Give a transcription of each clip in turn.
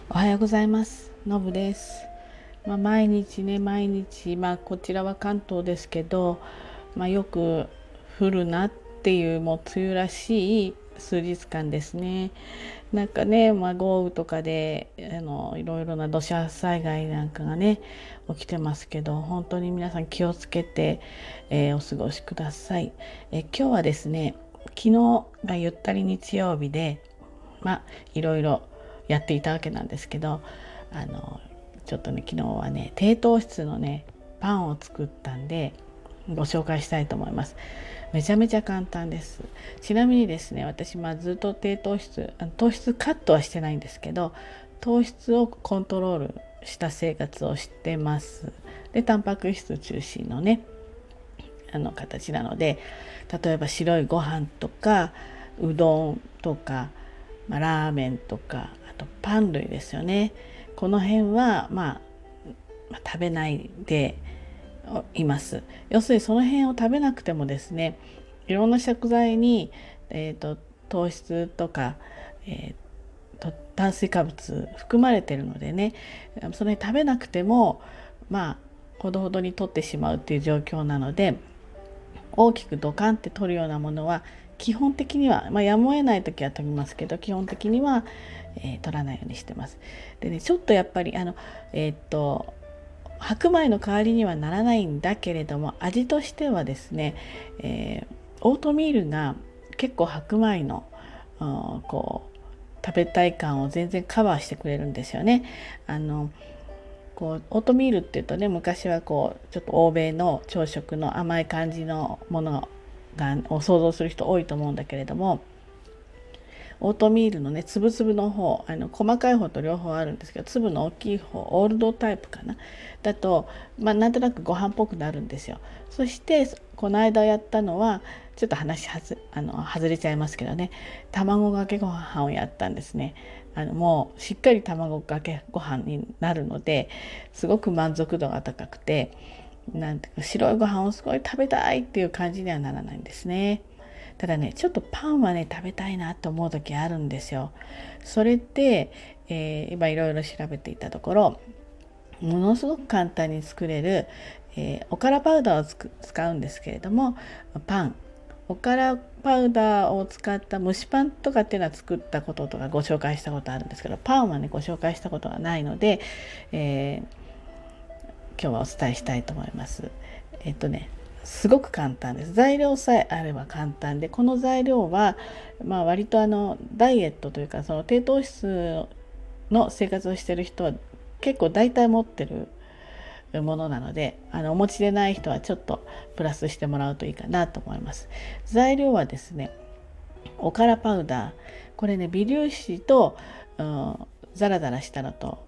おはようございます。のぶです。毎日ね、こちらは関東ですけど、よく降るなっていう、もう梅雨らしい数日間ですね。なんかね、豪雨とかでいろいろな土砂災害なんかがね起きてますけど、本当に皆さん気をつけて、お過ごしください。今日はですね、昨日がゆったり日曜日で、いろいろやっていたわけなんですけど、ちょっとね、昨日はね、低糖質のねパンを作ったんでご紹介したいと思います。めちゃめちゃ簡単です。ちなみにですね、私ずっと低糖質、糖質カットはしてないんですけど、糖質をコントロールした生活をしてます。で、タンパク質中心のね形なので、例えば白いご飯とかうどんとか、ラーメンとか、あとパン類ですよね。この辺は食べないでいます。要するにその辺を食べなくてもですね、いろんな食材に、糖質とか、炭水化物含まれてるのでね、それ食べなくてもほどほどに摂ってしまうっていう状況なので、大きくドカンって取るようなものは基本的には、やむを得ない時は取りますけど、基本的には、取らないようにしてます。でね、ちょっとやっぱり白米の代わりにはならないんだけれども、味としてはですね、オートミールが結構白米の食べたい感を全然カバーしてくれるんですよね。オートミールっていうとね、昔はちょっと欧米の朝食の甘い感じのものを想像する人多いと思うんだけれども、オートミールのね、粒々の方、細かい方と両方あるんですけど、粒の大きい方、オールドタイプかなだと、なんとなくご飯っぽくなるんですよ。そしてこの間やったのは、ちょっと外れちゃいますけどね、卵かけご飯をやったんですね。もうしっかり卵かけご飯になるので、すごく満足度が高くて、なんていうか、白いご飯をすごい食べたいっていう感じにはならないんですね。ただね、ちょっとパンはね食べたいなと思う時あるんですよ。それって、今いろいろ調べていたところ、ものすごく簡単に作れる、おからパウダーを使うんですけれども、おからパウダーを使った蒸しパンとかっていうのは作ったこととかご紹介したことあるんですけど、パンはねご紹介したことがないので、今日はお伝えしたいと思います。すごく簡単です。材料さえあれば簡単で、この材料は、割とダイエットというか、その低糖質の生活をしている人は結構大体持ってるものなので、お持ちでない人はちょっとプラスしてもらうといいかなと思います。材料はですね、おからパウダー、これね、微粒子と、ザラザラしたのと、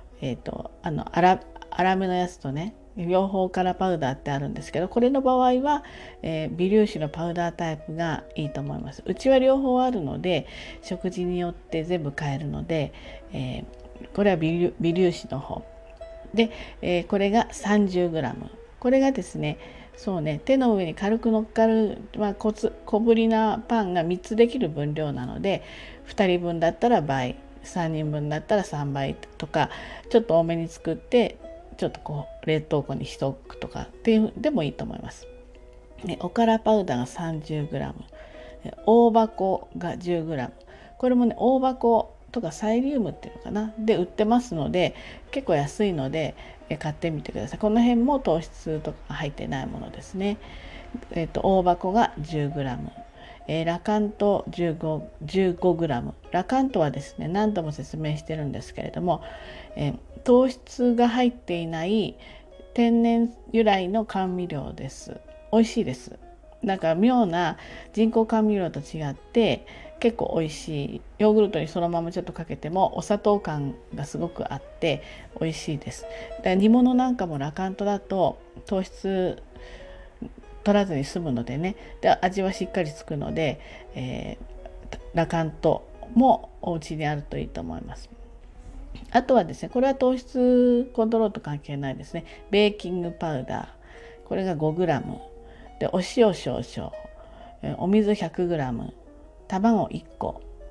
粗めのやつとね、両方からパウダーってあるんですけど、これの場合は、微粒子のパウダータイプがいいと思います。うちは両方あるので、食事によって全部買えるので、これは微粒子の方で、これが 30g。 これがですね、そうね、手の上に軽く乗っかる、小ぶりなパンが3つできる分量なので、2人分だったら倍、3人分だったら3倍とか、ちょっと多めに作ってちょっと冷凍庫にしておくとかっていうでもいいと思います。おからパウダーが 30g、 大箱が 10g。 これもね、大箱とかサイリウムっていうのかなで売ってますので、結構安いので買ってみてください。この辺も糖質とか入ってないものですね。大箱が 10g、ラカント 15g。 ラカントはですね、何度も説明してるんですけれども、糖質が入っていない天然由来の甘味料です。美味しいです。なんか妙な人工甘味料と違って結構美味しい。ヨーグルトにそのままちょっとかけてもお砂糖感がすごくあって美味しいです。煮物なんかもラカントだと糖質取らずに済むのでね、で味はしっかりつくので、ラカントもお家にあるといいと思います。あとはですね、これは糖質コントロールと関係ないですね。ベーキングパウダー、これが 5g で、お塩少々、お水 100g、卵1個、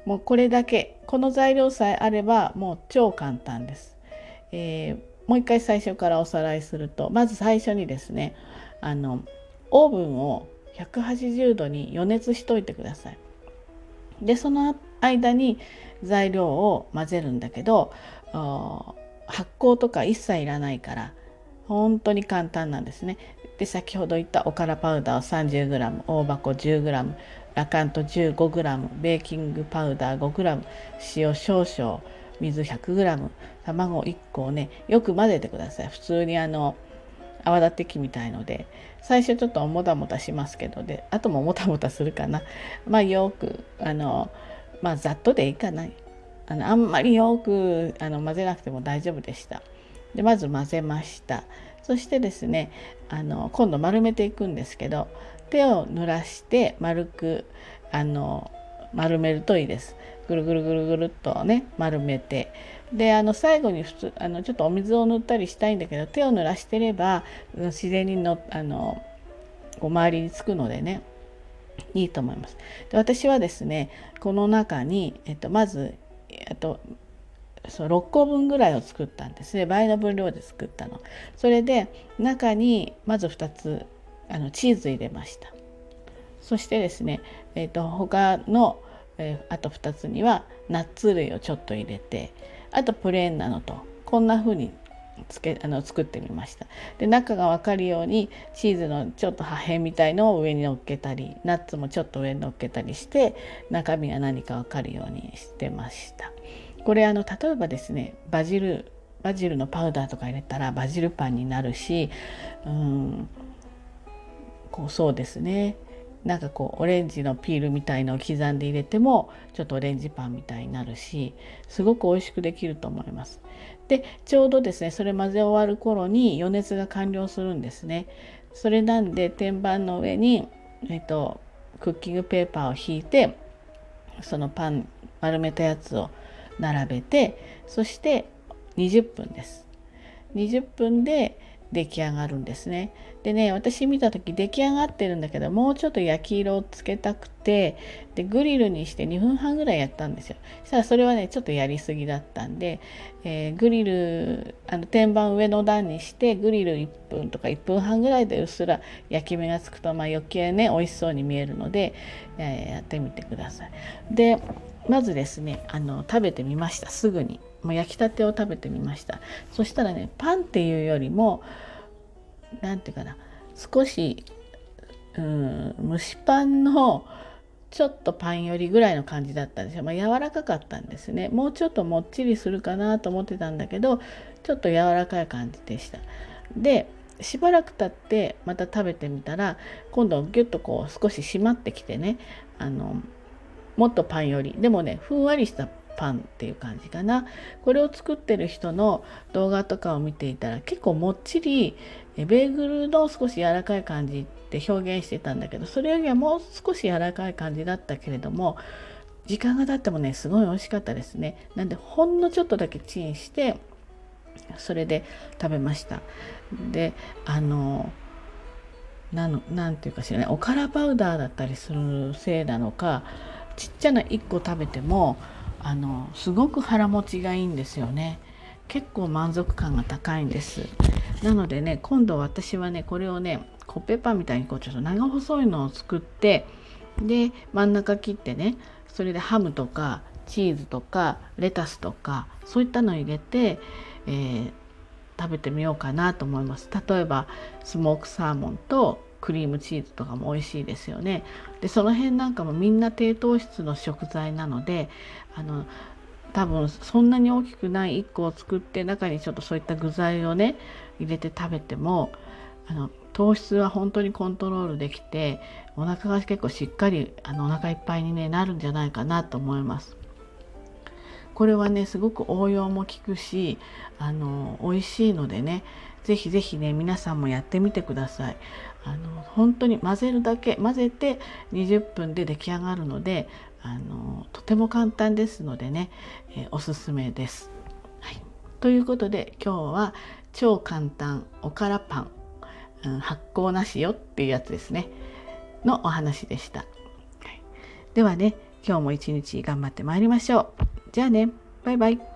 もうこれだけ、この材料さえあればもう超簡単です。もう一回最初からおさらいすると、まず最初にですね、オーブンを180度に予熱しといてください。でその間に材料を混ぜるんだけど、発酵とか一切いらないから本当に簡単なんですね。で先ほど言ったおからパウダーを 30g、 大箱 10g、 ラカント 15g、 ベーキングパウダー 5g、 塩少々、水 100g、 卵1個をねよく混ぜてください。普通に泡立て器みたいので、最初ちょっともたもたしますけど、であとももたもたするかな。よくざっとでいいかな。あんまりよく混ぜなくても大丈夫でした。でまず混ぜました。そしてですね、今度丸めていくんですけど、手を濡らして丸く丸めるといいです。ぐるぐるぐるぐるっとね丸めて、で最後に普通ちょっとお水を塗ったりしたいんだけど、手を濡らしてれば自然にこう周りにつくのでね、いいと思います。で私はですね、この中に、まず6個分ぐらいを作ったんですね。倍の分量で作ったの。それで中にまず2つチーズ入れました。そしてですね、他の、あと2つにはナッツ類をちょっと入れて、あとプレーンなのとこんな風に作ってみました。で中が分かるようにチーズのちょっと破片みたいのを上に乗っけたり、ナッツもちょっと上に乗っけたりして、中身が何か分かるようにしてました。これ例えばですね、バジルのパウダーとか入れたらバジルパンになるし、そうですね、なんかオレンジのピールみたいのを刻んで入れてもちょっとオレンジパンみたいになるし、すごく美味しくできると思います。でちょうどですね、それ混ぜ終わる頃に余熱が完了するんですね。それなんで天板の上に、クッキングペーパーを引いて、そのパン丸めたやつを並べて、そして20分です。20分で出来上がるんですね。でね、私見た時出来上がってるんだけど、もうちょっと焼き色をつけたくて、でグリルにして2分半ぐらいやったんですよ。そしたらそれはねちょっとやりすぎだったんで、グリル天板上の段にしてグリル1分とか1分半ぐらいでうっすら焼き目がつくと、余計ね美味しそうに見えるので、やってみてください。でまずですね、食べてみました。すぐにもう焼きたてを食べてみました。そしたらね、パンっていうよりもなんていうかな、少し蒸しパンのちょっとパンよりぐらいの感じだったんですよ。柔らかかったんですね。もうちょっともっちりするかなと思ってたんだけど、ちょっと柔らかい感じでした。でしばらく経ってまた食べてみたら、今度ギュッと少し締まってきてね、もっとパンよりでもねふんわりしたパンっていう感じかな。これを作ってる人の動画とかを見ていたら、結構もっちりベーグルの少し柔らかい感じって表現してたんだけど、それよりはもう少し柔らかい感じだったけれども、時間が経ってもねすごい美味しかったですね。なんでほんのちょっとだけチンして、それで食べました。でなんていうかしらね、おからパウダーだったりするせいなのか、ちっちゃな1個食べてもすごく腹持ちがいいんですよね。結構満足感が高いんです。なのでね、今度私はねこれをねコッペパンみたいにちょっと長細いのを作って、で真ん中切ってね、それでハムとかチーズとかレタスとかそういったのを入れて、食べてみようかなと思います。例えばスモークサーモンとクリームチーズとかも美味しいですよね。でその辺なんかもみんな低糖質の食材なので、多分そんなに大きくない1個を作って、中にちょっとそういった具材をね入れて食べても糖質は本当にコントロールできて、お腹が結構しっかりお腹いっぱいに、ね、なるんじゃないかなと思います。これはねすごく応用も効くし美味しいのでね、ぜひぜひね皆さんもやってみてください。本当に混ぜるだけ混ぜて20分で出来上がるので、とても簡単ですのでね、おすすめです。はい、ということで今日は超簡単おからパン、発酵なしよっていうやつですねのお話でした。はい、ではね今日も一日頑張ってまいりましょう。じゃあね、バイバイ。